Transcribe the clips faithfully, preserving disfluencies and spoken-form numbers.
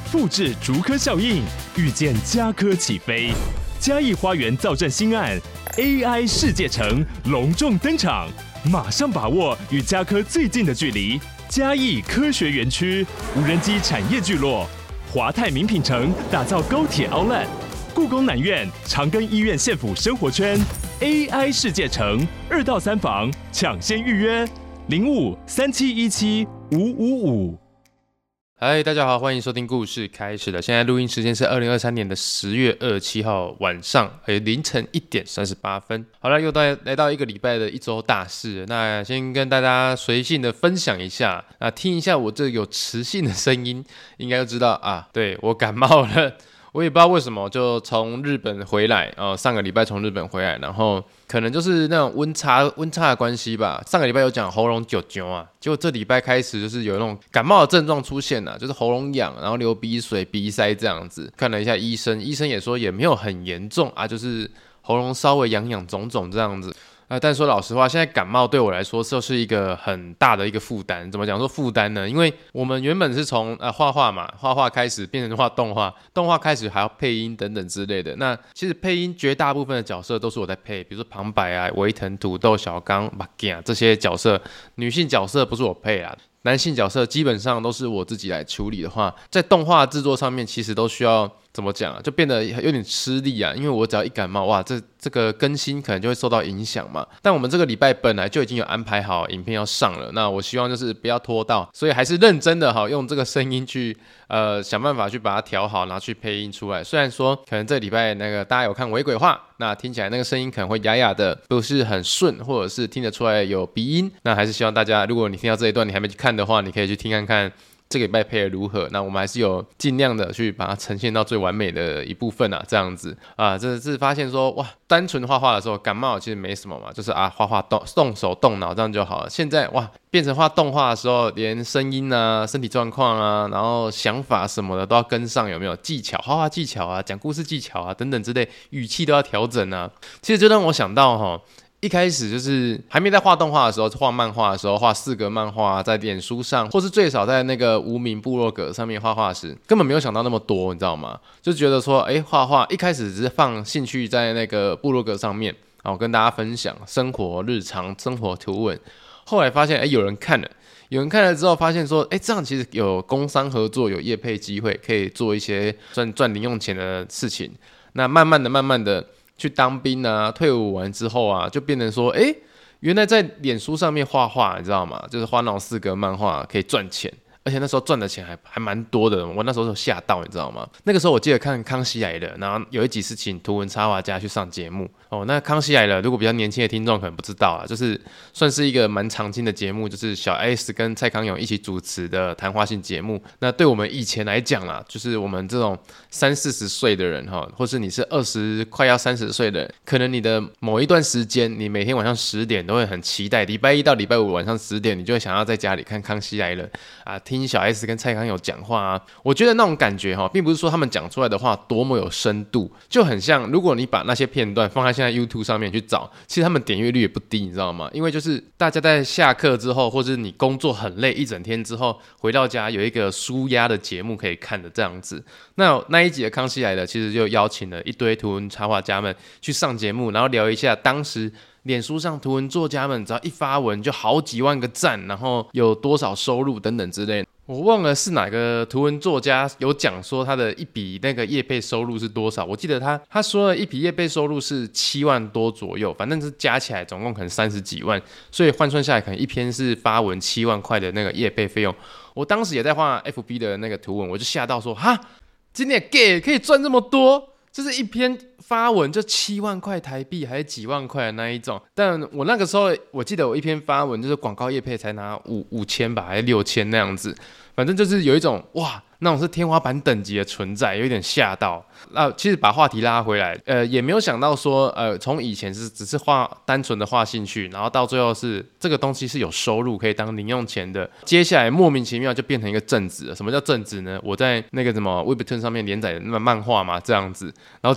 复制竹科效应，预见家科起飞。嘉义花园造镇新案 A I 世界城隆重登场，马上把握与家科最近的距离。嘉义科学园区无人机产业聚落，华泰名品城打造高铁 Outlet， 故宫南院长庚医院县府生活圈 A I 世界城二到三房抢先预约零五三七一七五五五。 嗨，大家好，欢迎收听故事开始了。现在录音时间是二零二三年的十月二十七号晚上，哎，凌晨一点三十八分。好了，又到来到一个礼拜的一周大事了。那先跟大家随性的分享一下，那听一下我这有磁性的声音，应该就知道啊，对，我感冒了。我也不知道为什么，就从日本回来，呃，上个礼拜从日本回来，然后可能就是那种温差温差的关系吧。上个礼拜有讲喉咙啾啾啊，结果这礼拜开始就是有那种感冒的症状出现啊，就是喉咙痒，然后流鼻水、鼻塞这样子。看了一下医生，医生也说也没有很严重啊，就是喉咙稍微痒痒肿肿这样子。呃，但说老实话，现在感冒对我来说就是一个很大的一个负担。怎么讲说负担呢？因为我们原本是从呃画画嘛，画画开始变成画动画，动画开始还要配音等等之类的。那其实配音绝大部分的角色都是我在配，比如说旁白啊、维腾、土豆、小刚、马健这些角色，女性角色不是我配啊。男性角色基本上都是我自己来处理的话，在动画制作上面其实都需要怎么讲啊，就变得有点吃力啊。因为我只要一感冒，哇，这这个更新可能就会受到影响嘛。但我们这个礼拜本来就已经有安排好影片要上了，那我希望就是不要拖到，所以还是认真的哈，用这个声音去呃想办法去把它调好，拿去配音出来。虽然说可能这礼拜那个大家有看《伪鬼话》，那听起来那个声音可能会哑哑的，不是很顺，或者是听得出来有鼻音，那还是希望大家，如果你听到这一段你还没去看的话，你可以去听看看这个礼拜配的如何。那我们还是有尽量的去把它呈现到最完美的一部分啊，这样子啊，真的是发现说哇，单纯画画的时候感冒其实没什么嘛，就是啊画画动动手动脑这样就好了。现在哇，变成画动画的时候，连声音啊、身体状况啊，然后想法什么的都要跟上，有没有技巧、画画技巧啊、讲故事技巧啊等等之类，语气都要调整啊。其实就让我想到哈。一开始就是还没在画动画的时候，画漫画的时候，画四格漫画，在脸书上，或是最少在那个无名部落格上面画画时，根本没有想到那么多，你知道吗？就觉得说，哎，画画一开始只是放兴趣在那个部落格上面，然后跟大家分享生活日常、生活图文。后来发现，哎，有人看了，有人看了之后发现说，哎，这样其实有工商合作，有业配机会，可以做一些赚赚零用钱的事情。那慢慢的、慢慢的。去当兵啊，退伍完之后啊，就变成说，哎，原来在脸书上面画画，你知道吗？就是画那种四格漫画可以赚钱，而且那时候赚的钱还还蛮多的，我那时候有吓到，你知道吗？那个时候我记得看《康熙来了》，然后有一集是请图文插画家去上节目哦。那《康熙来了》如果比较年轻的听众可能不知道啊，就是算是一个蛮常青的节目，就是小 S 跟蔡康永一起主持的谈话性节目。那对我们以前来讲啦，就是我们这种三四十岁的人哈，或是你是二十快要三十岁的人，可能你的某一段时间，你每天晚上十点都会很期待，礼拜一到礼拜五晚上十点，你就会想要在家里看《康熙来了》啊，听小 S 跟蔡康永讲话啊。我觉得那种感觉哈，并不是说他们讲出来的话多么有深度，就很像如果你把那些片段放在现在 YouTube 上面去找，其实他们点阅率也不低，你知道吗？因为就是大家在下课之后，或者你工作很累一整天之后，回到家有一个抒压的节目可以看的这样子。那那一集的《康熙来了》其实就邀请了一堆图文插画家们去上节目，然后聊一下当时脸书上图文作家们只要一发文就好几万个赞，然后有多少收入等等之类。我忘了是哪个图文作家有讲说他的一笔那个业配收入是多少，我记得他他说了一笔业配收入是七万多左右，反正是加起来总共可能三十几万，所以换算下来可能一篇是发文七万块的那个业配费用。我当时也在画 F B 的那个图文，我就吓到说哈，今天 gay 可以赚这么多，就是一篇发文就七万块台币还是几万块的那一种。但我那个时候我记得我一篇发文就是广告业配才拿五五千吧，还是六千那样子，反正就是有一种哇，那种是天花板等级的存在，有点吓到。那其实把话题拉回来，呃，也没有想到说，呃，从以前是只是画单纯的画兴趣，然后到最后是这个东西是有收入可以当零用钱的，接下来莫名其妙就变成一个正职了。什么叫正职呢？我在那个什么 Webtoon 上面连载的那漫画嘛，这样子，然后接着莫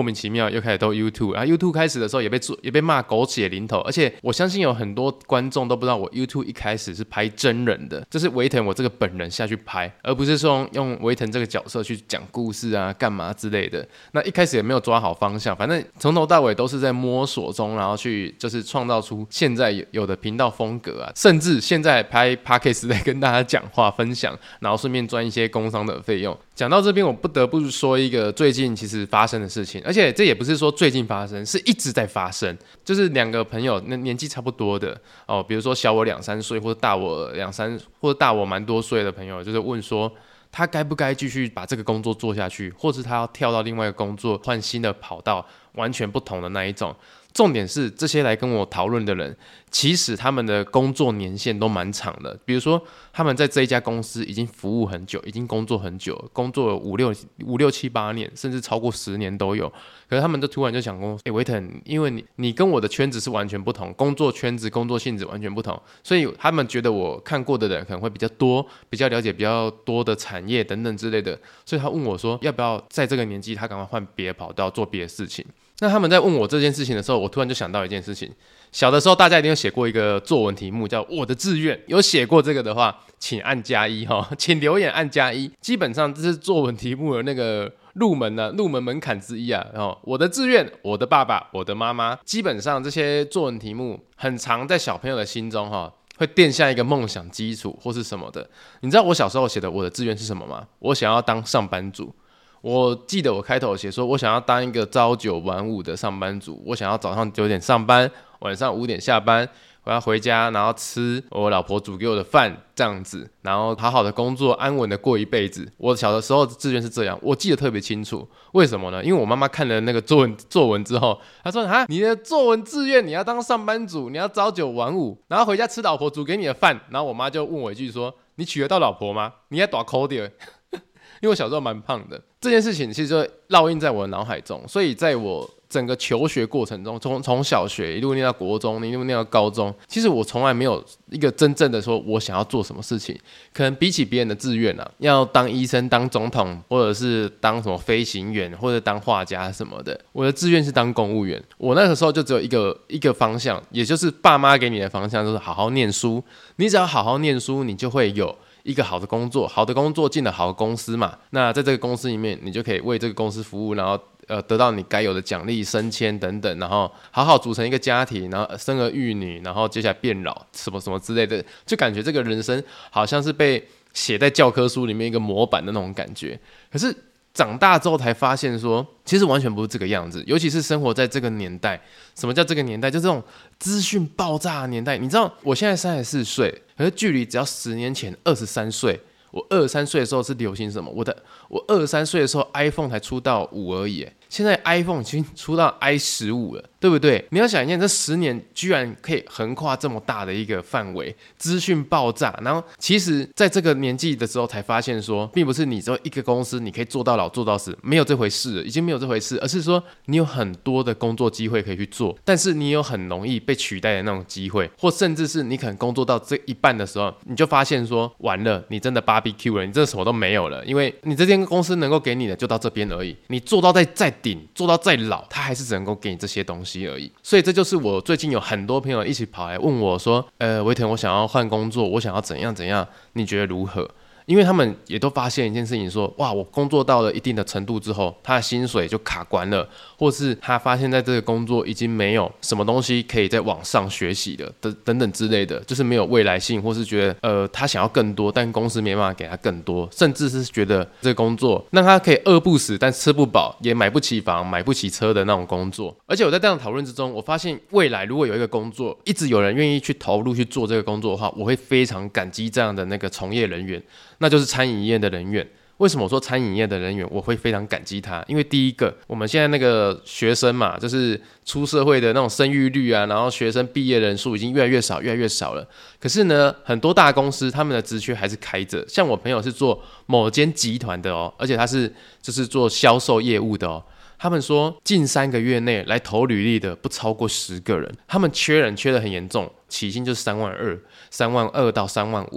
名其妙又开始都 YouTube， 然后 YouTube 开始的时候也被也被骂狗血淋头，而且我相信有很多观众都不知道我 YouTube 一开始是拍真人的，这是维腾我这个本人下去拍，而不是说用维腾这个角色去讲故事啊干嘛之类的。那一开始也没有抓好方向，反正从头到尾都是在摸索中，然后去就是创造出现在有的频道风格啊，甚至现在拍 Podcast 在跟大家讲话分享，然后顺便赚一些工商的费用。讲到这边，我不得不说一个最近其实发生的事情，而且这也不是说最近发生，是一直在发生。就是两个朋友，那年纪差不多的哦，比如说小我两三岁，或者大我两三，或者大我蛮多岁的朋友，就是问说他该不该继续把这个工作做下去，或是他要跳到另外一个工作，换新的跑道，完全不同的那一种。重点是这些来跟我讨论的人，其实他们的工作年限都蛮长的。比如说，他们在这一家公司已经服务很久，已经工作很久，工作了五六五六七八年，甚至超过十年都有。可是他们就突然就想说：“哎，维腾，因为你你跟我的圈子是完全不同，工作圈子、工作性质完全不同，所以他们觉得我看过的人可能会比较多，比较了解比较多的产业等等之类的。所以他问我说，要不要在这个年纪，他赶快换别的跑道，做别的事情。”那他们在问我这件事情的时候，我突然就想到一件事情。小的时候，大家一定有写过一个作文题目，叫“我的志愿”。有写过这个的话，请按加一哈，请留言按加一。基本上这是作文题目的那个入门呢、啊，入门门槛之一啊。然后我的志愿，我的爸爸，我的妈妈，基本上这些作文题目很常在小朋友的心中哈，会奠下一个梦想基础或是什么的。你知道我小时候写的我的志愿是什么吗？我想要当上班族。我记得我开头写说，我想要当一个朝九晚五的上班族，我想要早上九点上班，晚上五点下班，我要回家，然后吃我老婆煮给我的饭，这样子，然后好好的工作，安稳的过一辈子。我小的时候的志愿是这样，我记得特别清楚。为什么呢？因为我妈妈看了那个作文作文之后，她说：“哈，你的作文志愿你要当上班族，你要朝九晚五，然后回家吃老婆煮给你的饭。”然后我妈就问我一句说：“你娶得到老婆吗？你也大抠点。”因为我小时候蛮胖的，这件事情其实就烙印在我的脑海中，所以在我整个求学过程中，从从小学一路念到国中，一路念到高中，其实我从来没有一个真正的说我想要做什么事情。可能比起别人的志愿啊，要当医生、当总统，或者是当什么飞行员，或者当画家什么的，我的志愿是当公务员。我那个时候就只有一个一个方向，也就是爸妈给你的方向，就是好好念书。你只要好好念书，你就会有一个好的工作，好的工作进了好的公司嘛，那在这个公司里面，你就可以为这个公司服务，然后呃得到你该有的奖励、升迁等等，然后好好组成一个家庭，然后生儿育女，然后接下来变老，什么什么之类的，就感觉这个人生好像是被写在教科书里面一个模板的那种感觉。可是长大之后才发现说，其实完全不是这个样子。尤其是生活在这个年代，什么叫这个年代？就这种资讯爆炸的年代。你知道，我现在三十四岁，可是距离只要十年前二十三岁。我二十三岁的时候是流行什么？我的我二十三岁的时候 ，iPhone 才出到五而已。现在 iPhone 已经出到 i 十五 了，对不对？你要想一下，这十年居然可以横跨这么大的一个范围，资讯爆炸。然后，其实在这个年纪的时候才发现说，并不是你只有一个公司你可以做到老做到死，没有这回事了，已经没有这回事，而是说你有很多的工作机会可以去做，但是你有很容易被取代的那种机会，或甚至是你可能工作到这一半的时候，你就发现说，完了，你真的 barbecue 了，你真的什么都没有了，因为你这间公司能够给你的就到这边而已，你做到再再顶，做到再老，他还是只能够给你这些东西而已。所以这就是我最近有很多朋友一起跑来问我说，呃，维腾，我想要换工作，我想要怎样怎样，你觉得如何？因为他们也都发现一件事情说，哇，我工作到了一定的程度之后，他的薪水就卡关了，或是他发现在这个工作已经没有什么东西可以在往上学习的，等等之类的，就是没有未来性，或是觉得呃他想要更多，但公司没办法给他更多，甚至是觉得这个工作让他可以饿不死，但吃不饱，也买不起房、买不起车的那种工作。而且我在这样的讨论之中，我发现未来如果有一个工作，一直有人愿意去投入去做这个工作的话，我会非常感激这样的那个从业人员。那就是餐饮业的人员。为什么我说餐饮业的人员我会非常感激他？因为第一个，我们现在那个学生嘛，就是出社会的那种生育率啊，然后学生毕业人数已经越来越少，越来越少了。可是呢，很多大公司他们的职缺还是开着。像我朋友是做某间集团的哦，而且他是就是做销售业务的哦。他们说，近三个月内来投履历的不超过十个人，他们缺人缺得很严重，起薪就是三万二，三万二到三万五。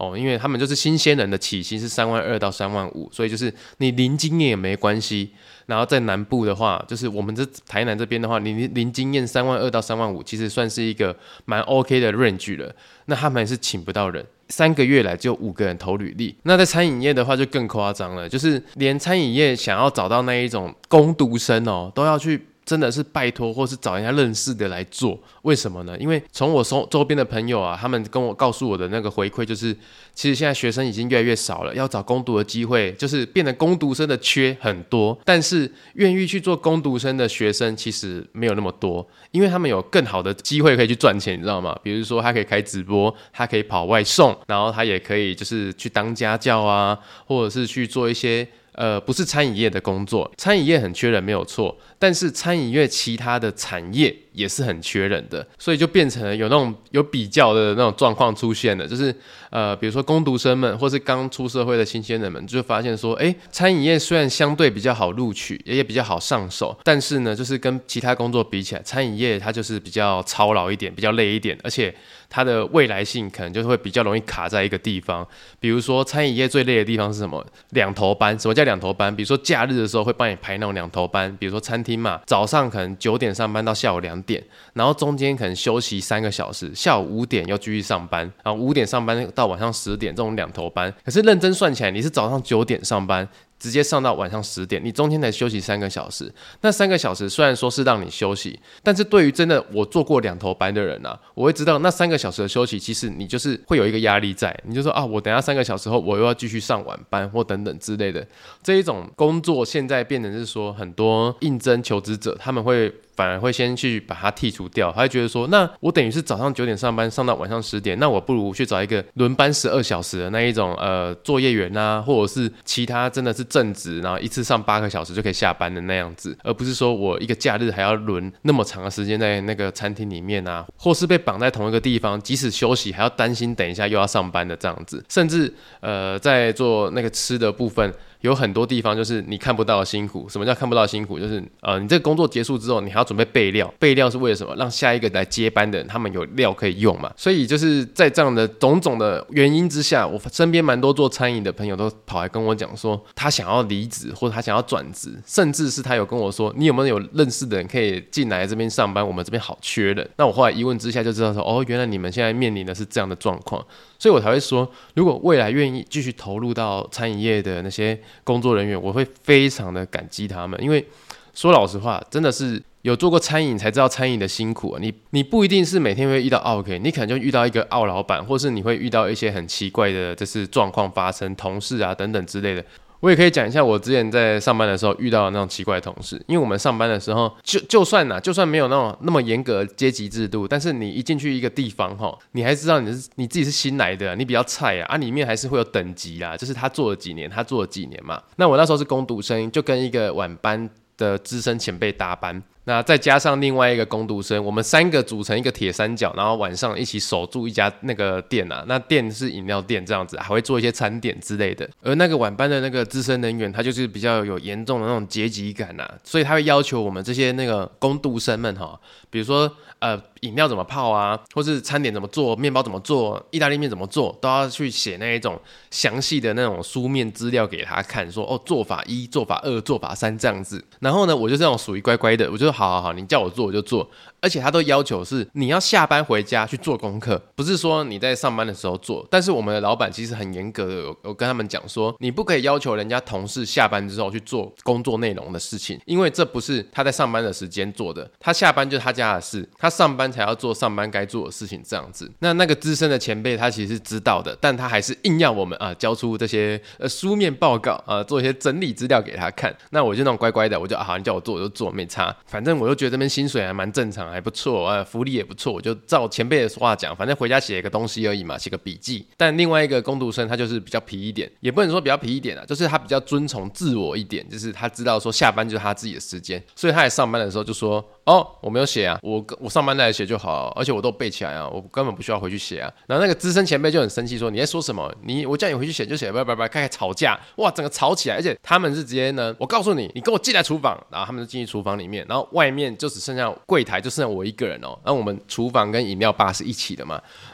哦，因为他们就是新鲜人的起薪是三万二到三万五，所以就是你零经验也没关系。然后在南部的话，就是我们这台南这边的话，你零经验三万二到三万五，其实算是一个蛮 OK 的 range 了。那他们还是请不到人，三个月来只有五个人投履历。那在餐饮业的话就更夸张了，就是连餐饮业想要找到那一种工读生哦，都要去。真的是拜托，或是找人家认识的来做，为什么呢？因为从我周边的朋友啊，他们跟我告诉我的那个回馈就是，其实现在学生已经越来越少了，要找工读的机会，就是变得工读生的缺很多，但是愿意去做工读生的学生其实没有那么多，因为他们有更好的机会可以去赚钱，你知道吗？比如说他可以开直播，他可以跑外送，然后他也可以就是去当家教啊，或者是去做一些。呃，不是餐饮业的工作，餐饮业很缺人没有错，但是餐饮业其他的产业也是很缺人的，所以就变成了有那种有比较的那种状况出现了，就是呃，比如说工读生们或是刚出社会的新鲜人们，就发现说，哎，餐饮业虽然相对比较好录取，也比较好上手，但是呢，就是跟其他工作比起来，餐饮业它就是比较操劳一点，比较累一点，而且它的未来性可能就会比较容易卡在一个地方。比如说餐饮业最累的地方是什么？两头班。什么叫两头班？比如说假日的时候会帮你排那种两头班，比如说餐厅嘛，早上可能九点上班到下午两点，然后中间可能休息三个小时，下午五点又继续上班，然后五点上班到晚上十点，这种两头班。可是认真算起来，你是早上九点上班。直接上到晚上十点，你中间才休息三个小时。那三个小时虽然说是让你休息，但是对于真的我做过两头班的人啊，我会知道那三个小时的休息，其实你就是会有一个压力在，你就说啊，我等一下三个小时后我又要继续上晚班或等等之类的。这一种工作现在变成是说，很多应征求职者他们会。反而会先去把它剔除掉，他会觉得说，那我等于是早上九点上班，上到晚上十点，那我不如去找一个轮班十二小时的那一种呃作业员啊，或者是其他真的是正职，然后一次上八个小时就可以下班的那样子，而不是说我一个假日还要轮那么长的时间在那个餐厅里面啊，或是被绑在同一个地方，即使休息还要担心等一下又要上班的这样子，甚至呃在做那个吃的部分。有很多地方就是你看不到的辛苦。什么叫看不到的辛苦？就是呃，你这个工作结束之后，你还要准备备料，备料是为了什么？让下一个来接班的人他们有料可以用嘛。所以就是在这样的种种的原因之下，我身边蛮多做餐饮的朋友都跑来跟我讲说，他想要离职或者他想要转职，甚至是他有跟我说，你有没有有认识的人可以进来这边上班？我们这边好缺人。那我后来一问之下就知道说，哦，原来你们现在面临的是这样的状况，所以我才会说，如果未来愿意继续投入到餐饮业的那些工作人员，我会非常的感激他们，因为说老实话，真的是有做过餐饮才知道餐饮的辛苦啊。你你不一定是每天会遇到 OK， 你可能就遇到一个傲老板，或是你会遇到一些很奇怪的就是状况发生，同事啊等等之类的。我也可以讲一下我之前在上班的时候遇到的那种奇怪的同事，因为我们上班的时候就就算啊，就算没有那种那么严格的阶级制度，但是你一进去一个地方哈，你还知道你是你自己是新来的，你比较菜啊，啊里面还是会有等级啦，就是他做了几年，他做了几年嘛。那我那时候是工读生，就跟一个晚班的资深前辈搭班。那再加上另外一个工读生，我们三个组成一个铁三角，然后晚上一起守住一家那个店啊。那店是饮料店这样子，还会做一些餐点之类的。而那个晚班的那个资深人员，他就是比较有严重的那种阶级感啊，所以他会要求我们这些那个工读生们哈，比如说呃饮料怎么泡啊，或是餐点怎么做，面包怎么做，意大利面怎么做，都要去写那一种详细的那种书面资料给他看，说哦做法一、做法二、做法三这样子。然后呢，我就是那种属于乖乖的，我就好好好，你叫我做我就做，而且他都要求是你要下班回家去做功课，不是说你在上班的时候做。但是我们的老板其实很严格的，有有跟他们讲说，你不可以要求人家同事下班之后去做工作内容的事情，因为这不是他在上班的时间做的，他下班就是他家的事，他上班才要做上班该做的事情这样子。那那个资深的前辈他其实是知道的，但他还是硬要我们啊交出这些呃书面报告啊，做一些整理资料给他看。那我就那种乖乖的，我就啊好，你叫我做我就做，没差，反正我就觉得这边薪水还蛮正常，还不错啊，福利也不错，我就照前辈的话讲，反正回家写一个东西而已嘛，写个笔记。但另外一个工读生他就是比较皮一点，也不能说比较皮一点啊，就是他比较遵从自我一点，就是他知道说下班就是他自己的时间，所以他在上班的时候就说，哦，我没有写啊，我我上班再来写就好，而且我都背起来啊，我根本不需要回去写啊。然后那个资深前辈就很生气说，你在说什么？你我叫你回去写就写，不不不，开始吵架，哇，整个吵起来，而且他们是直接呢，我告诉你，你跟我进来厨房，然后他们就进去厨房里面，然后外面就只剩下柜台，就剩下我一个人哦。那我们厨房跟饮料吧是一起的嘛，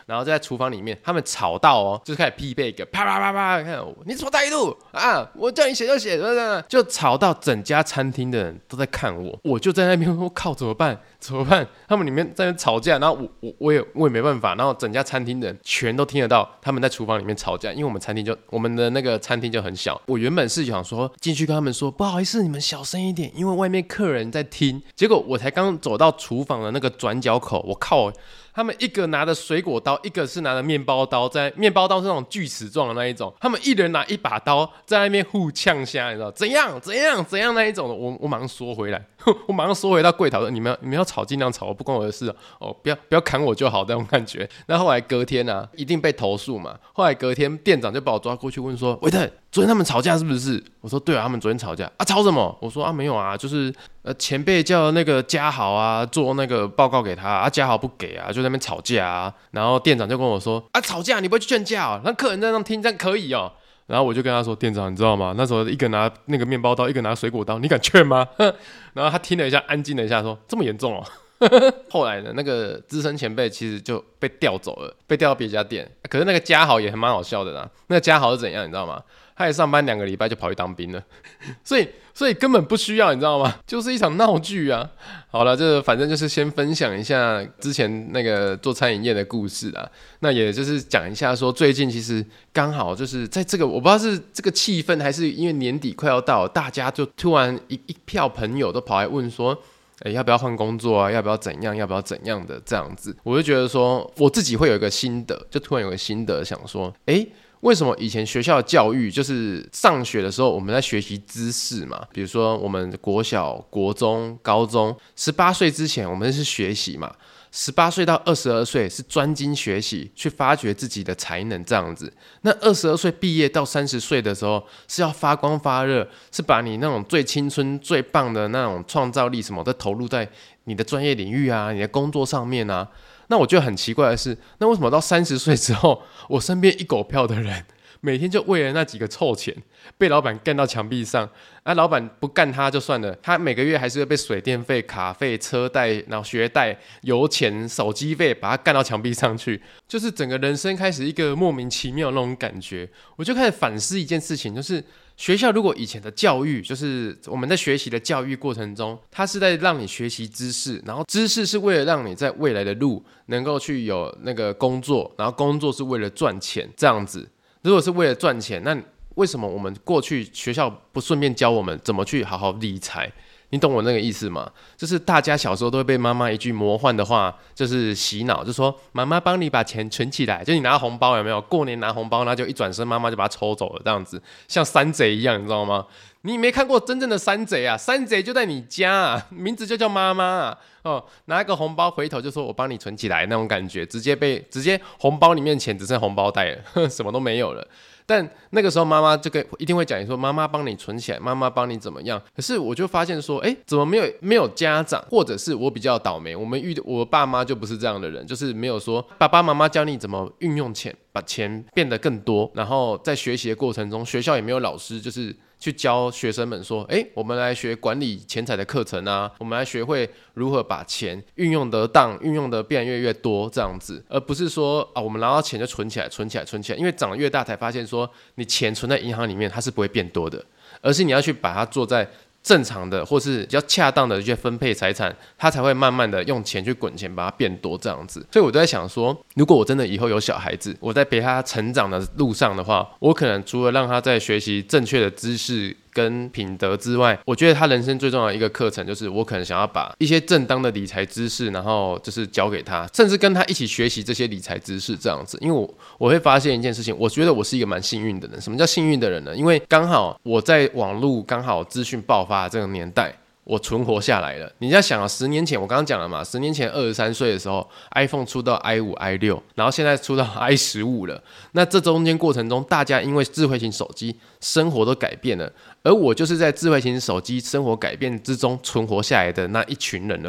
然后就在厨房里面，他们吵到哦，就是开始匹配一个啪啪啪啪，看我你什么态度啊？我叫你写就写，就吵到整家餐厅的人都在看我，我就在那边，我靠，怎么办？怎么办？他们里面在那边吵架，然后我我我也我也没办法，然后整家餐厅的人全都听得到他们在厨房里面吵架，因为我们餐厅就我们的那个餐厅就很小。我原本是想说进去跟他们说不好意思，你们小声一点，因为外面客人在听。结果我才刚走到厨房的那个转角口，我靠！他们一个拿着水果刀，一个是拿着面包刀，在面包刀是那种锯齿状的那一种，他们一人拿一把刀在那边互呛下，你知道怎样怎样怎样那一种的，我我马上缩回来，我马上缩回到柜台说你们你们要吵尽量吵，不关我的事哦，不要不要砍我就好那种感觉。那后来隔天啊，一定被投诉嘛。后来隔天店长就把我抓过去问说，维特，昨天他们吵架是不是？我说对啊，他们昨天吵架啊，吵什么？我说啊没有啊，就是呃前辈叫那个嘉豪啊做那个报告给他啊，嘉豪不给啊，就在那边吵架啊。然后店长就跟我说啊，吵架你不会去劝架哦，让客人在那听，这样可以哦。然后我就跟他说，店长你知道吗？那时候一个拿那个面包刀，一个拿水果刀，你敢劝吗？然后他听了一下，安静了一下，说这么严重哦。后来呢，那个资深前辈其实就被调走了，被调到别家店。可是那个嘉豪也很蛮好笑的啦。那个嘉豪是怎样，你知道吗？他也上班两个礼拜就跑去当兵了，所以所以根本不需要，你知道吗？就是一场闹剧啊。好了，这反正就是先分享一下之前那个做餐饮业的故事啦。那也就是讲一下说，最近其实刚好就是在这个我不知道是这个气氛，还是因为年底快要到了，大家就突然一一票朋友都跑来问说。欸、要不要换工作啊？要不要怎样？要不要怎样的这样子？我就觉得说，我自己会有一个心得，就突然有个心得，想说，哎、欸，为什么以前学校的教育就是上学的时候我们在学习知识嘛？比如说我们国小、国中、高中，十八岁之前我们是学习嘛。十八岁到二十二岁是专精学习，去发掘自己的才能这样子。那二十二岁毕业到三十岁的时候是要发光发热，是把你那种最青春、最棒的那种创造力什么都投入在你的专业领域啊、你的工作上面啊。那我觉得很奇怪的是，那为什么到三十岁之后，我身边一狗票的人每天就为了那几个臭钱被老板干到墙壁上，啊，老板不干他就算了，他每个月还是会被水电费、卡费、车贷、然后学贷、油钱、手机费把他干到墙壁上去，就是整个人生开始一个莫名其妙的那种感觉。我就开始反思一件事情，就是学校如果以前的教育，就是我们在学习的教育过程中，它是在让你学习知识，然后知识是为了让你在未来的路能够去有那个工作，然后工作是为了赚钱这样子。如果是为了赚钱，那为什么我们过去学校不顺便教我们怎么去好好理财？你懂我那个意思吗？就是大家小时候都会被妈妈一句魔幻的话就是洗脑，就说妈妈帮你把钱存起来，就你拿红包有没有？过年拿红包，然后就一转身妈妈就把它抽走了，这样子像山贼一样，你知道吗？你没看过真正的山贼啊，山贼就在你家啊，名字就叫妈妈啊。哦，拿一个红包回头就说我帮你存起来那种感觉，直接被直接红包里面钱只剩红包袋了，呵什么都没有了。但那个时候妈妈这个一定会讲你说妈妈帮你存起来，妈妈帮你怎么样。可是我就发现说，哎，怎么没有没有家长，或者是我比较倒霉，我们遇我爸妈就不是这样的人，就是没有说爸爸妈妈教你怎么运用钱，把钱变得更多。然后在学习的过程中，学校也没有老师就是去教学生们说，哎，我们来学管理钱财的课程啊，我们来学会如何把钱运用得当，运用得变得越来越多这样子，而不是说啊，我们拿到钱就存起来，存起来，存起来，因为长得越大才发现说，你钱存在银行里面它是不会变多的，而是你要去把它做在正常的或是比较恰当的一些分配财产，它才会慢慢的用钱去滚钱，把它变多这样子。所以我都在想说，如果我真的以后有小孩子，我在陪他成长的路上的话，我可能除了让他在学习正确的知识跟品德之外，我觉得他人生最重要的一个课程，就是我可能想要把一些正当的理财知识，然后就是教给他，甚至跟他一起学习这些理财知识这样子。因为我我会发现一件事情，我觉得我是一个蛮幸运的人。什么叫幸运的人呢？因为刚好我在网络刚好资讯爆发的这个年代，我存活下来了。你在想啊，十年前我刚刚讲了嘛，十年前二十三岁的时候 ，iPhone 出到 i 五、i 六，然后现在出到 i 十五了。那这中间过程中，大家因为智慧型手机，生活都改变了，而我就是在智慧型手机生活改变之中存活下来的那一群人而已。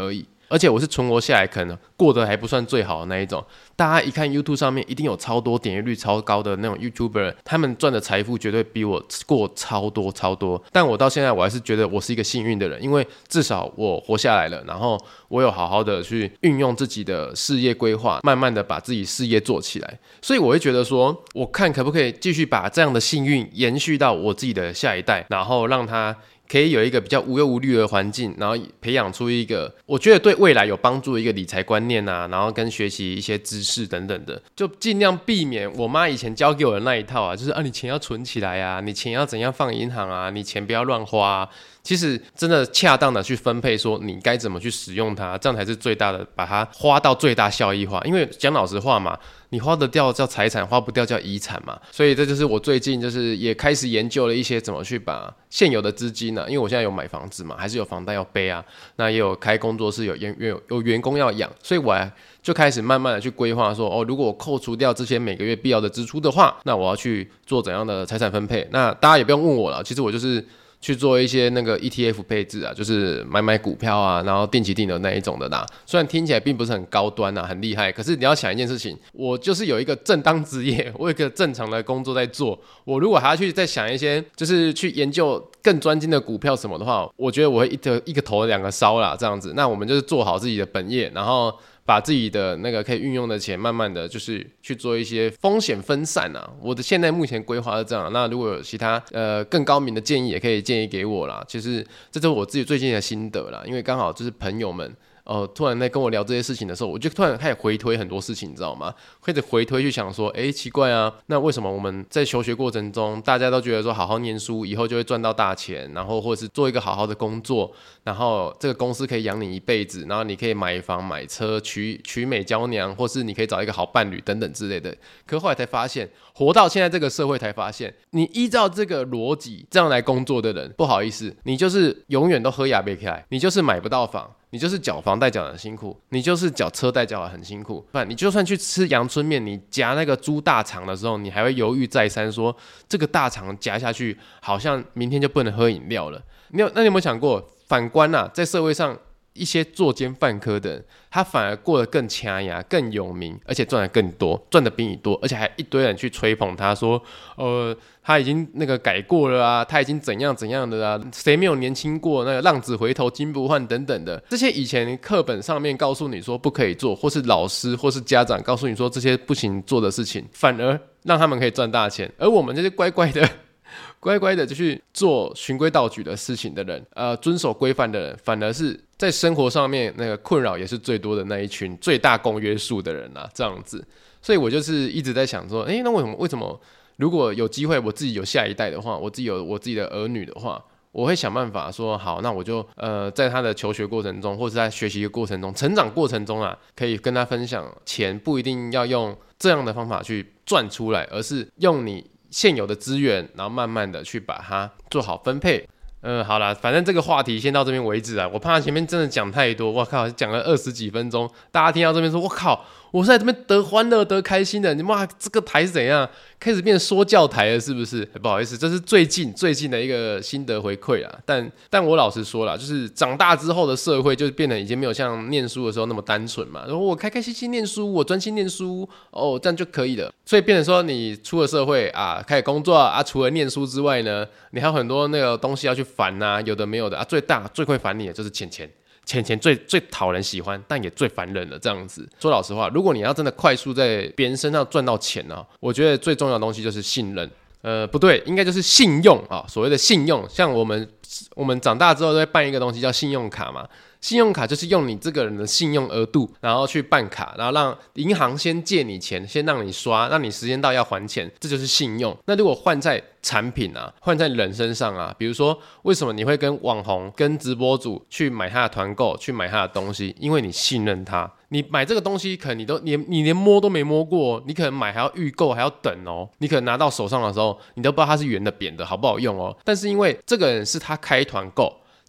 而且我是存活下来，可能过得还不算最好的那一种。大家一看 YouTube 上面一定有超多点阅率超高的那种 YouTuber， 他们赚的财富绝对比我过超多超多。但我到现在我还是觉得我是一个幸运的人，因为至少我活下来了，然后我有好好的去运用自己的事业规划，慢慢的把自己事业做起来。所以我会觉得说，我看可不可以继续把这样的幸运延续到我自己的下一代，然后让他可以有一个比较无忧无虑的环境，然后培养出一个我觉得对未来有帮助的一个理财观念啊，然后跟学习一些知识等等的，就尽量避免我妈以前教给我的那一套啊，就是啊你钱要存起来啊，你钱要怎样放银行啊，你钱不要乱花啊。其实真的恰当的去分配，说你该怎么去使用它，这样才是最大的，把它花到最大效益化。因为讲老实话嘛，你花得掉叫财产，花不掉叫遗产嘛。所以这就是我最近就是也开始研究了一些怎么去把现有的资金呢、啊，因为我现在有买房子嘛，还是有房贷要背啊，那也有开工作室，有员有有员工要养，所以我还就开始慢慢的去规划说，哦，如果我扣除掉这些每个月必要的支出的话，那我要去做怎样的财产分配？那大家也不用问我了，其实我就是去做一些那个 E T F 配置啊，就是买买股票啊，然后定期定额那一种的啦。虽然听起来并不是很高端啊，很厉害，可是你要想一件事情，我就是有一个正当职业，我有一个正常的工作在做。我如果还要去再想一些，就是去研究更专精的股票什么的话，我觉得我会一个一个头两个烧啦，这样子。那我们就是做好自己的本业，然后把自己的那个可以运用的钱，慢慢的就是去做一些风险分散啊。我的现在目前规划是这样，那如果有其他呃更高明的建议，也可以建议给我啦。其实这就是我自己最近的心得啦，因为刚好就是朋友们。哦，突然在跟我聊这些事情的时候，我就突然开始回推很多事情，你知道吗？开始回推去想说，哎，奇怪啊，那为什么我们在求学过程中，大家都觉得说好好念书，以后就会赚到大钱，然后或者是做一个好好的工作，然后这个公司可以养你一辈子，然后你可以买房买车，娶娶美娇娘，或是你可以找一个好伴侣等等之类的。可后来才发现，活到现在这个社会才发现，你依照这个逻辑这样来工作的人，不好意思，你就是永远都喝雅贝起来，你就是买不到房。你就是缴房贷缴得很辛苦，你就是缴车贷缴得很辛苦。不然你就算去吃阳春面，你夹那个猪大肠的时候，你还会犹豫再三说，这个大肠夹下去，好像明天就不能喝饮料了。你有那你有没有想过，反观啊，在社会上一些作奸犯科的人，他反而过得更掐牙、更有名，而且赚得更多，赚得比你多，而且还一堆人去吹捧他说，呃，他已经那个改过了啊，他已经怎样怎样的啊，谁没有年轻过？那个浪子回头金不换等等的，这些以前课本上面告诉你说不可以做，或是老师或是家长告诉你说这些不行做的事情，反而让他们可以赚大钱，而我们这些乖乖的。乖乖的就去做循规蹈矩的事情的人，呃，遵守规范的人，反而是在生活上面那个困扰也是最多的那一群最大公约数的人啊，这样子。所以我就是一直在想说，哎，那为什么为什么如果有机会我自己有下一代的话，我自己有我自己的儿女的话，我会想办法说，好，那我就呃，在他的求学过程中，或者在学习的过程中、成长过程中啊，可以跟他分享，钱不一定要用这样的方法去赚出来，而是用你现有的资源，然后慢慢的去把它做好分配。嗯，好啦，反正这个话题先到这边为止啊。我怕前面真的讲太多，我靠，讲了二十几分钟，大家听到这边说，我靠，我是在这边得欢乐、得开心的。你妈，这个台是怎样？开始变说教台了，是不是？不好意思，这是最近最近的一个心得回馈啦。但但我老实说啦，就是长大之后的社会，就变得已经没有像念书的时候那么单纯嘛。然后我开开心心念书，我专心念书，哦，这样就可以了。所以变成说，你出了社会啊，开始工作啊，除了念书之外呢，你还有很多那个东西要去烦啊，有的没有的啊。最大最会烦你的就是钱钱。钱钱最最讨人喜欢，但也最烦人的这样子。说老实话，如果你要真的快速在别人身上赚到钱呢、啊，我觉得最重要的东西就是信任。呃，不对，应该就是信用啊。所谓的信用，像我们我们长大之后都会办一个东西叫信用卡嘛。信用卡就是用你这个人的信用额度，然后去办卡，然后让银行先借你钱，先让你刷，让你时间到要还钱，这就是信用。那如果换在产品啊，换在人身上啊，比如说为什么你会跟网红、跟直播主去买他的团购，去买他的东西？因为你信任他。你买这个东西，可能你都连你连摸都没摸过，你可能买还要预购，还要等哦。你可能拿到手上的时候，你都不知道它是圆的、扁的，好不好用哦。但是因为这个人是他开团购。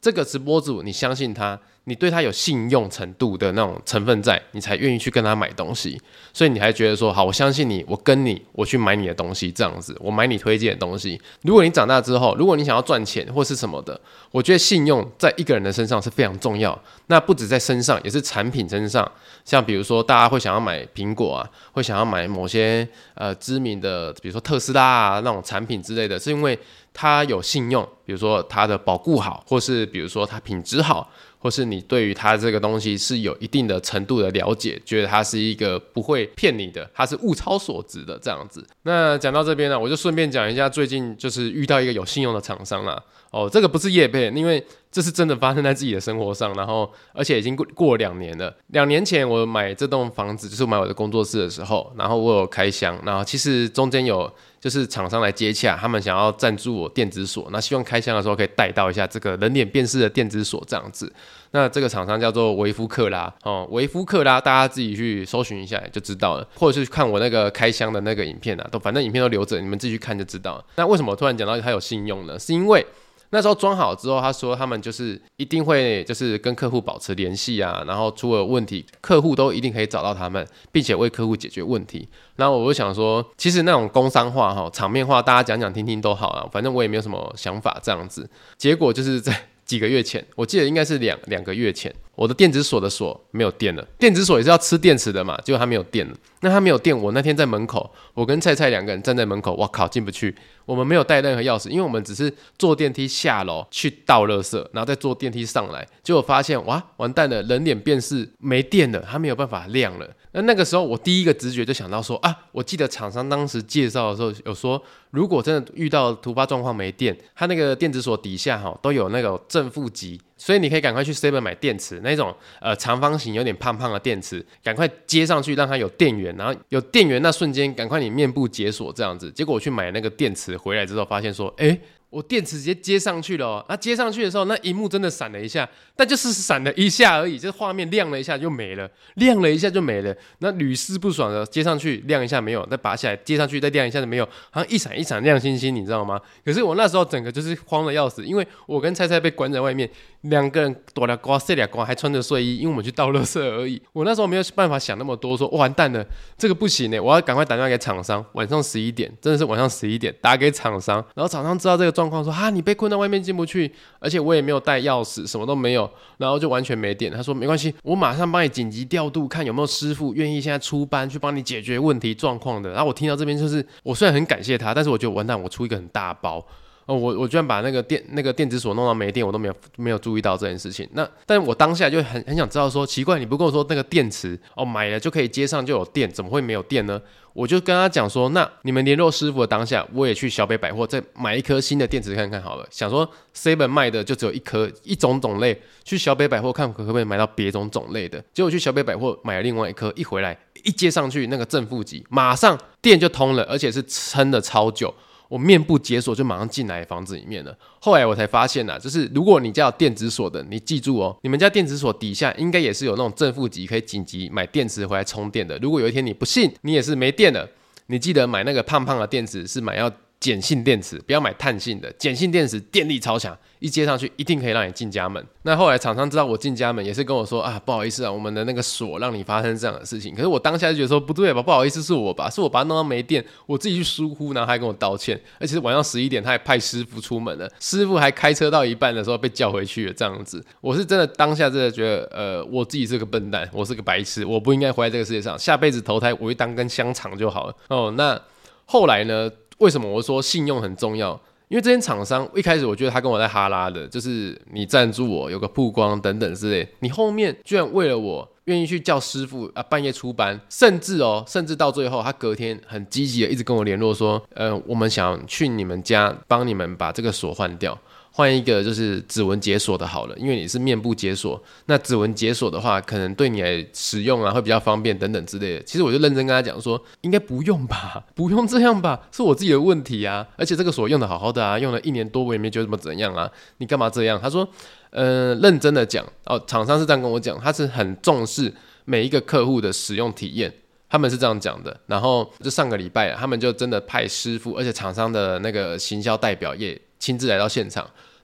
这个直播主你相信他，你对他有信用程度的那种成分在，你才愿意去跟他买东西，所以你还觉得说好，我相信你，我跟你，我去买你的东西，这样子，我买你推荐的东西。如果你长大之后，如果你想要赚钱或是什么的，我觉得信用在一个人的身上是非常重要。那不止在身上，也是产品身上。像比如说，大家会想要买苹果啊，会想要买某些呃知名的，比如说特斯拉啊那种产品之类的，是因为它有信用，比如说它的保固好，或是比如说它品质好。或是你对于它这个东西是有一定的程度的了解，觉得它是一个不会骗你的，它是物超所值的这样子。那讲到这边呢，我就顺便讲一下最近就是遇到一个有信用的厂商啦。哦，这个不是业配，因为这是真的发生在自己的生活上，然后而且已经过过了两年了。两年前我买这栋房子，就是买我的工作室的时候，然后我有开箱，然后其实中间有就是厂商来接洽，他们想要赞助我电子锁，那希望开箱的时候可以带到一下这个人脸辨识的电子锁这样子。那这个厂商叫做维夫克拉哦，维夫克拉大家自己去搜寻一下就知道了，或者是看我那个开箱的那个影片啊，都反正影片都留着，你们自己去看就知道了。那为什么我突然讲到他有信用呢？是因为那时候装好之后，他说他们就是一定会就是跟客户保持联系啊，然后出了问题，客户都一定可以找到他们，并且为客户解决问题。然后我就想说，其实那种工商话哈、场面话，大家讲讲听听都好啊，反正我也没有什么想法这样子。结果就是在几个月前，我记得应该是两两个月前，我的电子锁的锁没有电了。电子锁也是要吃电池的嘛，结果它没有电了。那它没有电，我那天在门口，我跟菜菜两个人站在门口，哇靠，进不去。我们没有带任何钥匙，因为我们只是坐电梯下楼去倒垃圾，然后再坐电梯上来，结果发现哇，完蛋了，人脸辨识没电了，它没有办法亮了。那那个时候，我第一个直觉就想到说啊，我记得厂商当时介绍的时候有说，如果真的遇到突发状况没电，它那个电子锁底下哈都有那个正负极，所以你可以赶快去 seven 买电池，那种呃长方形有点胖胖的电池，赶快接上去让它有电源，然后有电源那瞬间赶快你面部解锁这样子。结果我去买那个电池回来之后，发现说，哎、欸。我电池直接接上去了哦，那接上去的时候，那萤幕真的闪了一下，但就是闪了一下而已，就是画面亮了一下就没了，亮了一下就没了。那屡试不爽的，接上去亮一下没有，再拔下来接上去再亮一下就没有，好像一闪一闪亮星星，你知道吗？可是我那时候整个就是慌的要死，因为我跟菜菜被关在外面，两个人躲了瓜塞了瓜，还穿着睡衣，因为我们去倒垃圾而已。我那时候没有办法想那么多，说、哦、完蛋了，这个不行耶，我要赶快打电话给厂商，晚上十一点，真的是晚上十一点打给厂商，然后厂商知道这个状况说哈，你被困在外面进不去，而且我也没有带钥匙，什么都没有，然后就完全没电。他说没关系，我马上帮你紧急调度，看有没有师傅愿意现在出班去帮你解决问题状况的。然后我听到这边就是，我虽然很感谢他，但是我觉得完蛋，我出一个很大包。哦，我我居然把那个电那个电子锁弄到没电，我都没有没有注意到这件事情。那但我当下就很很想知道说，奇怪，你不跟我说那个电池哦买了就可以接上就有电，怎么会没有电呢？我就跟他讲说，那你们联络师傅的当下，我也去小北百货再买一颗新的电池看看好了。想说 seven 卖的就只有一颗一种种类，去小北百货看可不可以买到别种种类的。结果去小北百货买了另外一颗，一回来一接上去那个正负极，马上电就通了，而且是撑的超久。我面部解锁就马上进来房子里面了。后来我才发现啊，就是如果你家有电子锁的，你记住哦，你们家电子锁底下应该也是有那种正负极，可以紧急买电池回来充电的。如果有一天你不信，你也是没电了，你记得买那个胖胖的电池，是买要碱性电池，不要买碳性的。碱性电池电力超强，一接上去一定可以让你进家门。那后来厂商知道我进家门，也是跟我说啊，不好意思啊，我们的那个锁让你发生这样的事情。可是我当下就觉得说不对吧，不好意思是我吧，是我把它弄到没电，我自己去疏忽，然后还跟我道歉。而且是晚上十一点，他还派师傅出门了，师傅还开车到一半的时候被叫回去了，这样子。我是真的当下真的觉得，呃，我自己是个笨蛋，我是个白痴，我不应该活在这个世界上，下辈子投胎我会当根香肠就好了。哦，那后来呢？为什么我说信用很重要？因为这间厂商一开始我觉得他跟我在哈拉的，就是你赞助我有个曝光等等之类，你后面居然为了我愿意去叫师傅啊半夜出班，甚至哦，甚至到最后他隔天很积极的一直跟我联络说，呃，我们想去你们家帮你们把这个锁换掉。换一个就是指纹解锁的好了，因为你是面部解锁，那指纹解锁的话，可能对你来使用啊会比较方便等等之类的。其实我就认真跟他讲说，应该不用吧，不用这样吧，是我自己的问题啊。而且这个锁用的好好的啊，用了一年多，我也没觉得怎么怎样啊，你干嘛这样？他说，呃，认真的讲哦，厂商是这样跟我讲，他是很重视每一个客户的使用体验。他们是这样讲的，然后就上个礼拜啊，他们就真的派师傅，而且厂商的那个行销代表也亲自来到现场，然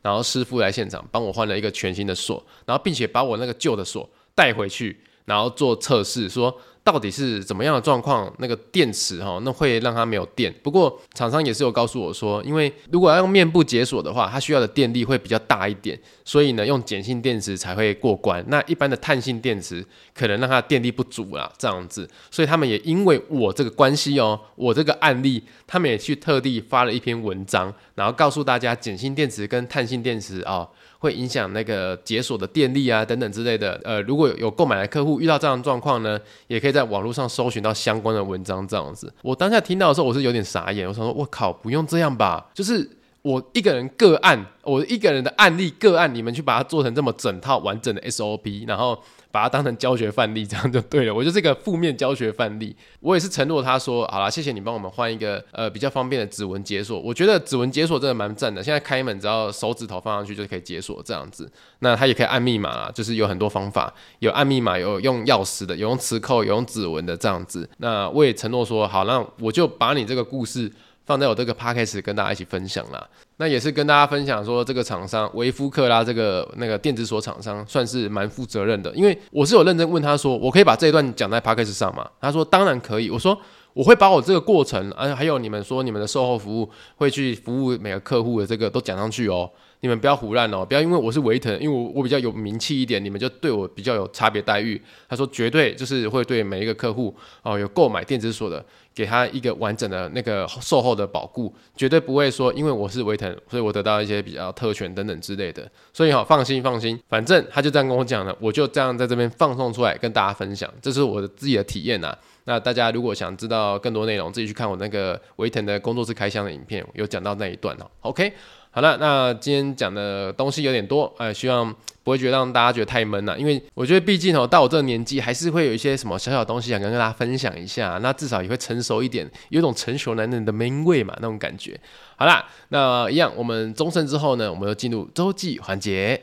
然后师傅来现场帮我换了一个全新的锁，然后并且把我那个旧的锁带回去，然后做测试，说到底是怎么样的状况，那个电池齁那会让它没有电。不过厂商也是有告诉我说，因为如果要用面部解锁的话，它需要的电力会比较大一点，所以呢用碱性电池才会过关。那一般的碳性电池可能让它的电力不足啦，这样子。所以他们也因为我这个关系哦，我这个案例，他们也去特地发了一篇文章，然后告诉大家碱性电池跟碳性电池哦会影响那个解锁的电力啊等等之类的。呃，如果有购买的客户遇到这样的状况呢，也可以在网络上搜寻到相关的文章。这样子，我当下听到的时候，我是有点傻眼。我想说，我靠，不用这样吧？就是我一个人个案，我一个人的案例个案，你们去把它做成这么整套完整的 S O P， 然后把它当成教学范例，这样就对了。我就是一个负面教学范例。我也是承诺他说，好啦，谢谢你帮我们换一个呃比较方便的指纹解锁。我觉得指纹解锁真的蛮赞的，现在开门只要手指头放上去就可以解锁这样子。那它也可以按密码啦，就是有很多方法，有按密码，有用钥匙的，有用磁扣，有用指纹的这样子。那我也承诺说，好，那我就把你这个故事放在我这个 podcast 跟大家一起分享啦。那也是跟大家分享说，这个厂商维夫克拉这个那个电子锁厂商算是蛮负责任的，因为我是有认真问他说，我可以把这一段讲在 podcast 上吗？他说当然可以。我说我会把我这个过程，啊，还有你们说你们的售后服务会去服务每个客户的这个都讲上去哦。你们不要胡乱哦，不要因为我是维腾，因为 我, 我比较有名气一点，你们就对我比较有差别待遇。他说绝对就是会对每一个客户哦有购买电子锁的，给他一个完整的那个售后的保固，绝对不会说因为我是维腾，所以我得到一些比较特权等等之类的。所以好，放心放心，反正他就这样跟我讲了，我就这样在这边放送出来跟大家分享，这是我的自己的体验啊。那大家如果想知道更多内容，自己去看我那个维腾的工作室开箱的影片，有讲到那一段哦。OK。好了，那今天讲的东西有点多，呃，希望不会觉得让大家觉得太闷了，因为我觉得毕竟哦，到我这个年纪，还是会有一些什么小小的东西想跟大家分享一下，那至少也会成熟一点，有一种成熟男人的 man 味嘛，那种感觉。好啦，那一样，我们钟声之后呢，我们就进入周记环节。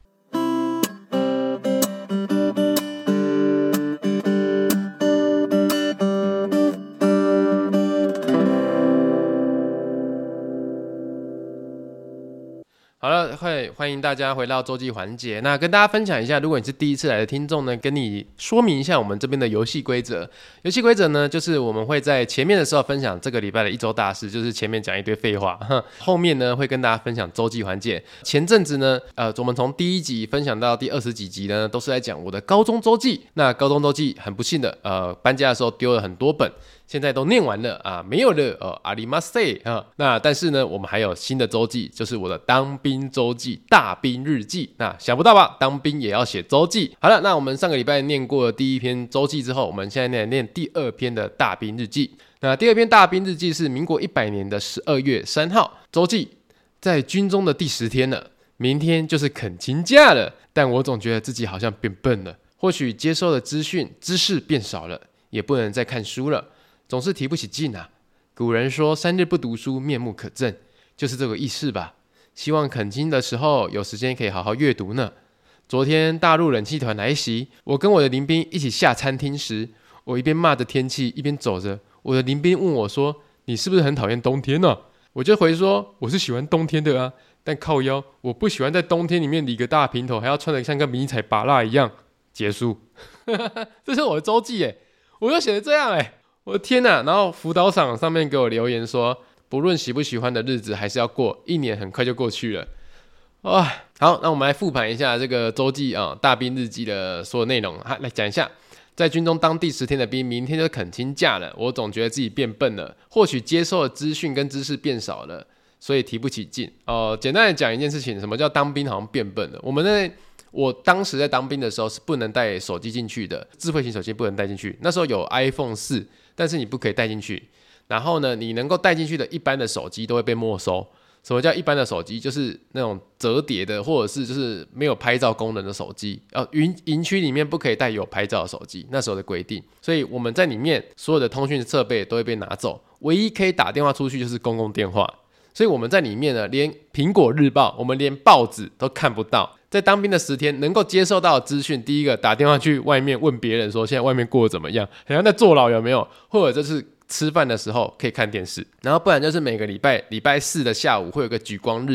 好了，欢迎大家回到周记环节。那跟大家分享一下，如果你是第一次来的听众呢，跟你说明一下我们这边的游戏规则。游戏规则呢，就是我们会在前面的时候分享这个礼拜的一周大事，就是前面讲一堆废话，后面呢会跟大家分享周记环节。前阵子呢，呃，我们从第一集分享到第二十几集呢，都是在讲我的高中周记。那高中周记很不幸的，呃，搬家的时候丢了很多本。现在都念完了啊，没有了哦，阿里马塞啊。那但是呢，我们还有新的周记，就是我的当兵周记、大兵日记。那想不到吧？当兵也要写周记。好了，那我们上个礼拜念过了第一篇周记之后，我们现在来念第二篇的大兵日记。那第二篇大兵日记是民国一百年的十二月三号周记，在军中的第十天了，明天就是恳亲假了，但我总觉得自己好像变笨了，或许接收的资讯知识变少了，也不能再看书了。总是提不起劲啊！古人说三日不读书面目可憎，就是这个意思吧。希望恳亲的时候有时间可以好好阅读呢。昨天大陆冷气团来袭，我跟我的邻兵一起下餐厅时，我一边骂着天气，一边走着。我的邻兵问我说：“你是不是很讨厌冬天呢、啊？”我就回说：“我是喜欢冬天的啊，但靠腰，我不喜欢在冬天里面理个大平头，还要穿得像个迷彩拔蜡一样。”结束。这是我的周记耶，我就写成这样耶。我的天哪！然后辅导长上面给我留言说，不论喜不喜欢的日子还是要过，一年很快就过去了。哇，好，那我们来复盘一下这个周记啊、哦，大兵日记的所有内容。来讲一下，在军中当第十天的兵，明天就恳亲假了。我总觉得自己变笨了，或许接受的资讯跟知识变少了，所以提不起劲。哦、呃，简单的讲一件事情，什么叫当兵好像变笨了？我们在我当时在当兵的时候是不能带手机进去的，智慧型手机不能带进去。那时候有 iPhone 四。但是你不可以带进去，然后呢，你能够带进去的一般的手机都会被没收。什么叫一般的手机？就是那种折叠的，或者是就是没有拍照功能的手机。呃，营营区里面不可以带有拍照的手机，那时候的规定。所以我们在里面所有的通讯设备都会被拿走，唯一可以打电话出去就是公共电话。所以我们在里面呢，连苹果日报，我们连报纸都看不到。在当兵的十天，能够接受到的资讯，第一个打电话去外面问别人说，现在外面过得怎么样？好像在坐牢有没有？或者就是吃饭的时候可以看电视，然后不然就是每个礼拜礼拜四的下午会有个举光日，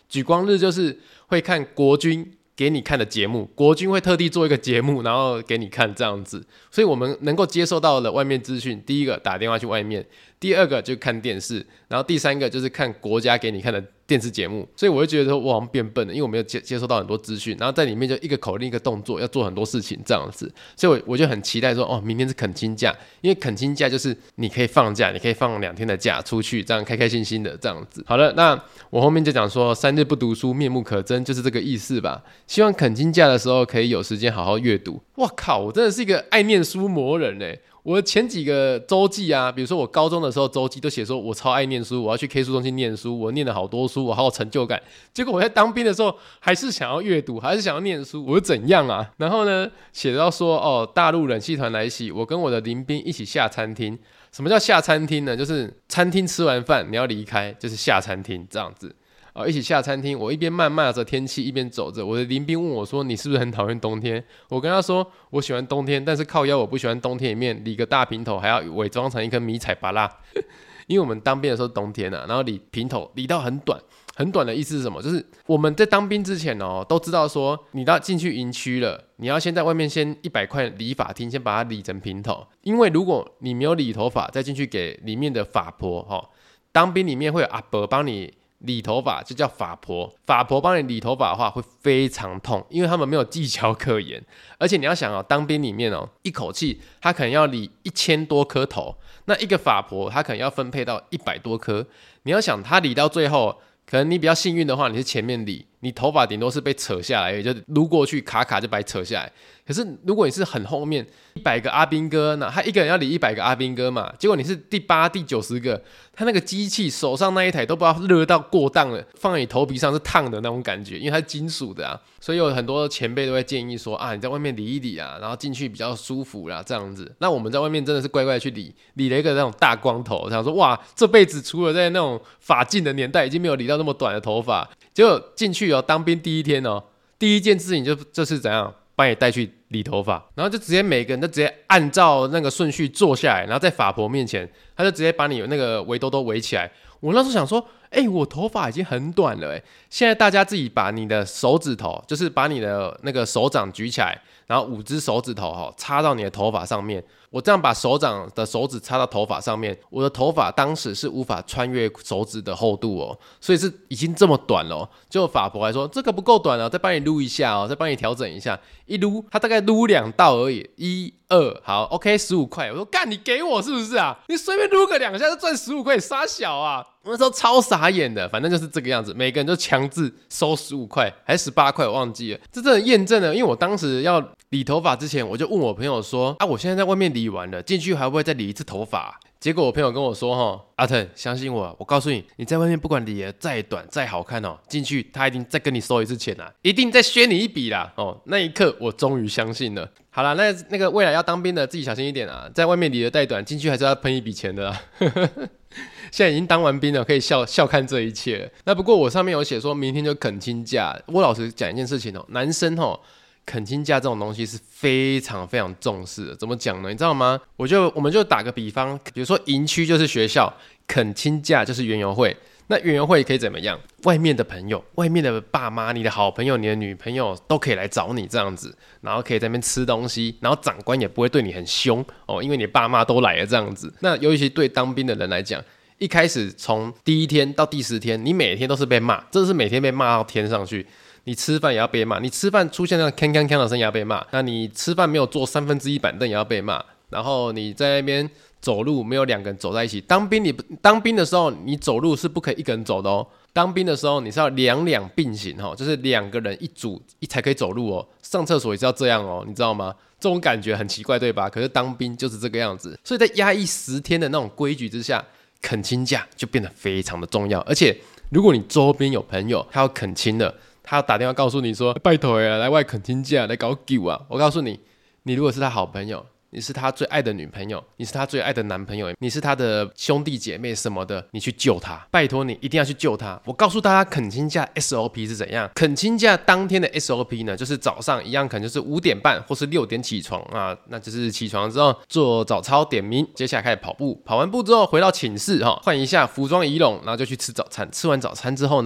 举光日就是会看国军给你看的节目，国军会特地做一个节目，然后给你看这样子，所以我们能够接受到的外面资讯，第一个打电话去外面，第二个就看电视，然后第三个就是看国家给你看的电视节目，所以我会觉得说我好像变笨了，因为我没有 接, 接收到很多资讯，然后在里面就一个口令一个动作要做很多事情这样子，所以 我, 我就很期待说哦，明天是恳亲假，因为恳亲假就是你可以放假，你可以放两天的假出去，这样开开心心的这样子。好了，那我后面就讲说三日不读书面目可憎，就是这个意思吧。希望恳亲假的时候可以有时间好好阅读。哇靠，我真的是一个爱念书魔人欸。我前几个周记啊，比如说我高中的时候周记都写说我超爱念书，我要去 K 书中心念书，我念了好多书，我好有成就感。结果我在当兵的时候还是想要阅读，还是想要念书，我是怎样啊？然后呢，写到说哦，大陆冷气团来袭，我跟我的邻兵一起下餐厅。什么叫下餐厅呢？就是餐厅吃完饭你要离开，就是下餐厅这样子。一起下餐厅，我一边谩骂着天气，一边走着。我的邻兵问我说：“你是不是很讨厌冬天？”我跟他说：“我喜欢冬天，但是靠腰我不喜欢冬天里面理个大平头，还要伪装成一颗迷彩芭乐。”因为我们当兵的时候冬天啊，然后理平头理到很短，很短的意思是什么？就是我们在当兵之前哦，都知道说你到进去营区了，你要先在外面先一百块理发厅先把它理成平头，因为如果你没有理头发，再进去给里面的发婆哈、哦，当兵里面会有阿伯帮你理头发，就叫发婆。发婆帮你理头发的话会非常痛，因为他们没有技巧可言。而且你要想哦，当兵里面哦，一口气他可能要理一千多颗头，那一个发婆他可能要分配到一百多颗。你要想他理到最后，可能你比较幸运的话，你是前面理，你头发顶多是被扯下来，也就撸过去卡卡就把你扯下来。可是如果你是很后面一百个阿兵哥，那他一个人要理一百个阿兵哥嘛，结果你是第八、第九十个，他那个机器手上那一台都不知道热到过当了，放在你头皮上是烫的那种感觉，因为它是金属的啊。所以有很多前辈都会建议说啊，你在外面理一理啊，然后进去比较舒服啦，这样子。那我们在外面真的是乖乖去理，理了一个那种大光头，想说哇，这辈子除了在那种发禁的年代，已经没有理到那么短的头发。结果进去哦，当兵第一天哦，第一件事情就就是怎样，把你带去理头发，然后就直接每个人都直接按照那个顺序坐下来，然后在发婆面前，他就直接把你那个围兜兜围起来。我那时候想说，哎、欸，我头发已经很短了，哎，现在大家自己把你的手指头，就是把你的那个手掌举起来，然后五只手指头哈插到你的头发上面。我这样把手掌的手指插到头发上面，我的头发当时是无法穿越手指的厚度哦，所以是已经这么短了、哦。结果发婆还说这个不够短了，再帮你撸一下哦，再帮你调整一下。一撸，他大概撸两道而已，一二，好 ，OK， 十五块。我说干，你给我是不是啊？你随便撸个两下就赚十五块，傻小啊！我那时候超傻眼的，反正就是这个样子，每个人都强制收十五块，还是十八块，我忘记了。这真的验证了，因为我当时要理头发之前，我就问我朋友说：“啊，我现在在外面理完了，进去还会不会再理一次头发、啊？”结果我朋友跟我说：“哈，阿腾，相信我，我告诉你，你在外面不管理得再短再好看哦，进去他一定再跟你收一次钱啦、啊，一定再削你一笔啦。”哦，那一刻我终于相信了。好啦，那那个未来要当兵的自己小心一点啊，在外面理得太短，进去还是要喷一笔钱的啦。现在已经当完兵了，可以笑笑看这一切了。那不过我上面有写说明天就恳亲假，我老实讲一件事情哦，男生哦。恳亲假这种东西是非常非常重视的，怎么讲呢？你知道吗？我就我们就打个比方，比如说营区就是学校，恳亲假就是园游会。那园游会可以怎么样？外面的朋友、外面的爸妈、你的好朋友、你的女朋友都可以来找你这样子，然后可以在那边吃东西，然后长官也不会对你很凶哦，因为你爸妈都来了这样子。那尤其对当兵的人来讲，一开始从第一天到第十天，你每天都是被骂，这是每天被骂到天上去。你吃饭也要被骂，你吃饭出现那个锵锵锵的声音也要被骂，那你吃饭没有坐三分之一板凳也要被骂，然后你在那边走路没有两个人走在一起。当兵你当兵的时候，你走路是不可以一个人走的哦。当兵的时候你是要两两并行哦，就是两个人一组一才可以走路哦。上厕所也是要这样哦，你知道吗？这种感觉很奇怪对吧？可是当兵就是这个样子，所以在压抑十天的那种规矩之下，恳亲假就变得非常的重要。而且如果你周边有朋友他要恳亲了，他要打电话告诉你说：“拜托呀，来外恳亲假，来搞狗啊！”我告诉你，你如果是他好朋友，你是他最爱的女朋友，你是他最爱的男朋友，你是他的兄弟姐妹什么的，你去救他，拜托你一定要去救他。我告诉大家，恳亲假 S O P 是怎样？恳亲假当天的 S O P 呢，就是早上一样，可能就是五点半或是六点起床啊，那就是起床之后做早操点名，接下来开始跑步，跑完步之后回到寝室哈，换一下服装仪容，然后就去吃早餐。吃完早餐之后呢？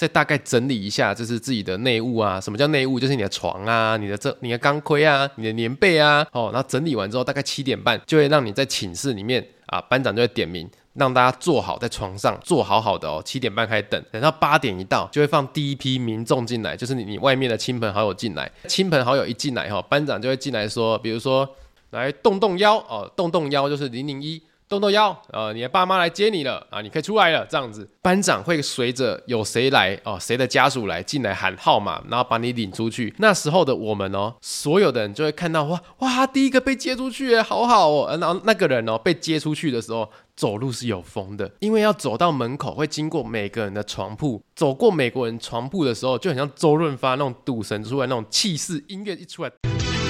再大概整理一下，就是自己的内务啊。什么叫内务？就是你的床啊，你的这你的钢盔啊，你的棉被啊，哦，然后整理完之后，大概七点半就会让你在寝室里面啊，班长就会点名。让大家坐好在床上，坐好好的哦。七点半开始等，等到八点一到，就会放第一批民众进来，就是你你外面的亲朋好友进来。亲朋好友一进来哈，班长就会进来说，比如说来动动腰哦，动动腰就是零零一。动动腰，呃，你的爸妈来接你了啊，你可以出来了，这样子。班长会随着有谁来哦，谁的家属来进来喊号码，然后把你领出去。那时候的我们哦，所有的人就会看到哇哇，第一个被接出去，好好哦。然后那个人哦被接出去的时候，走路是有风的，因为要走到门口会经过每个人的床铺，走过美国人床铺的时候，就很像周润发那种赌神出来那种气势，音乐一出来。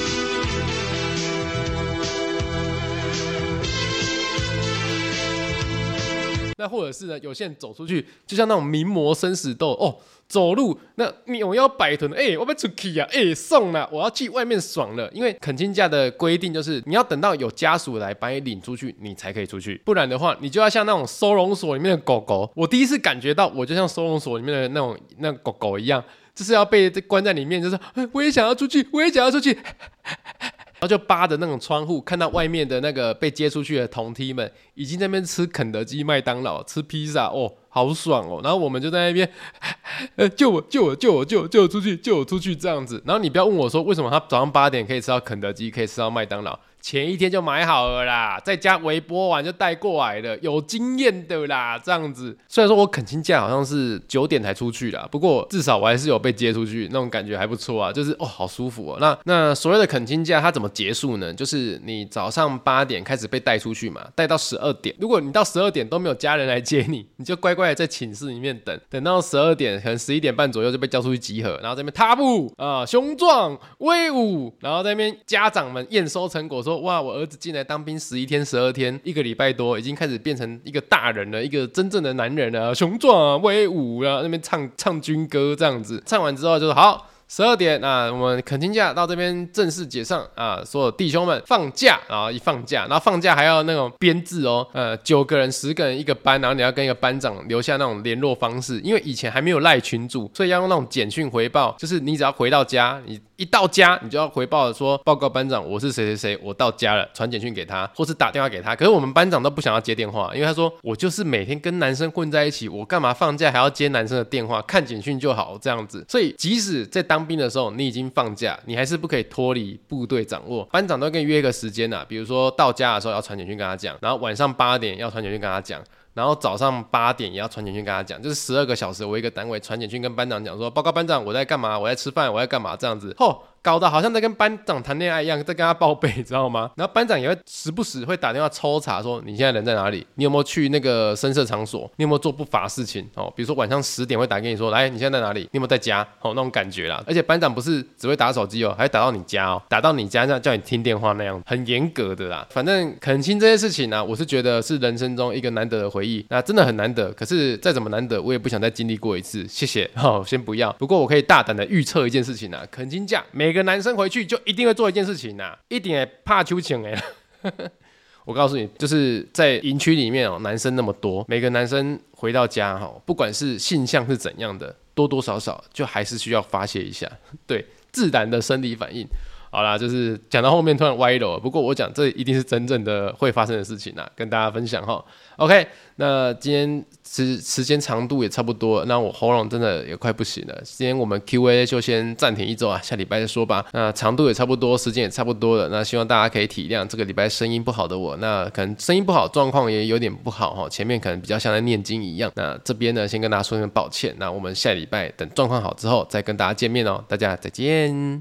那或者是呢，有些人走出去，就像那种名模生死斗哦，走路那扭腰摆臀，哎、欸，我要出去啊，哎、欸，送了，我要去外面爽了。因为恳亲假的规定就是，你要等到有家属来把你领出去，你才可以出去，不然的话，你就要像那种收容所里面的狗狗。我第一次感觉到，我就像收容所里面的那种那狗狗一样，就是要被关在里面，就是我也想要出去，我也想要出去。然后就扒着那种窗户，看到外面的那个被接出去的同梯们，已经在那边吃肯德基、麦当劳、吃披萨，哦，好爽哦！然后我们就在那边，呃，救我、救我、救我、救我、救我出去、救我出去这样子。然后你不要问我说，为什么他早上八点可以吃到肯德基，可以吃到麦当劳？前一天就买好了啦，在家微波完就带过来了，有经验的啦，这样子。虽然说我恳亲假好像是九点才出去啦，不过至少我还是有被接出去，那种感觉还不错啊，就是哦，好舒服哦。那那所谓的恳亲假它怎么结束呢？就是你早上八点开始被带出去嘛，带到十二点。如果你到十二点都没有家人来接你，你就乖乖的在寝室里面等，等到十二点，可能十一点半左右就被叫出去集合，然后在那边踏步啊，雄壮威武，然后在那边家长们验收成果说。哇！我儿子进来当兵十一天、十二天，一个礼拜多，已经开始变成一个大人了，一个真正的男人了，雄壮啊、威武啊，那边唱唱军歌这样子。唱完之后就说好。十二点啊，我们恳亲假到这边正式解散啊！所有弟兄们放假，然后一放假，然后放假还要那种编制哦，呃，九个人、十个人一个班，然后你要跟一个班长留下那种联络方式，因为以前还没有赖群组，所以要用那种简讯回报，就是你只要回到家，你一到家你就要回报说报告班长，我是谁谁谁，我到家了，传简讯给他，或是打电话给他。可是我们班长都不想要接电话，因为他说我就是每天跟男生混在一起，我干嘛放假还要接男生的电话？看简讯就好这样子。所以即使在当兵的时候，你已经放假，你还是不可以脱离部队掌握。班长都会跟你约一个时间啊，比如说到家的时候要传简讯跟他讲，然后晚上八点要传简讯跟他讲，然后早上八点也要传简讯跟他讲，就是十二个小时我一个单位传简讯跟班长讲说，报告班长我在干嘛，我在吃饭，我在干嘛这样子。吼，搞得好像在跟班长谈恋爱一样，在跟他报备，知道吗？然后班长也会时不时会打电话抽查说你现在人在哪里，你有没有去那个声色场所，你有没有做不法事情哦？比如说晚上十点会打给你说，来你现在在哪里，你有没有在家哦？那种感觉啦。而且班长不是只会打手机哦，还打到你家哦，打到你家这样叫你听电话那样，很严格的啦。反正恳亲这些事情啊，我是觉得是人生中一个难得的回忆，那真的很难得。可是再怎么难得，我也不想再经历过一次。谢谢，哦，先不要。不过我可以大胆的预测一件事情啊，恳亲假每个男生回去就一定会做一件事情啊，一定会怕秋情哎。我告诉你，就是在营区里面哦，男生那么多，每个男生回到家哈，不管是性向是怎样的，多多少少就还是需要发泄一下，对，自然的生理反应。好啦，就是讲到后面突然歪了，不过我讲这一定是真正的会发生的事情啦，跟大家分享哈。OK， 那今天时时间长度也差不多了，那我喉咙真的也快不行了。今天我们 Q and A 就先暂停一周啊，下礼拜再说吧。那长度也差不多，时间也差不多了，那希望大家可以体谅这个礼拜声音不好的我，那可能声音不好，状况也有点不好哈，前面可能比较像在念经一样。那这边呢，先跟大家说声抱歉，那我们下礼拜等状况好之后再跟大家见面哦，大家再见。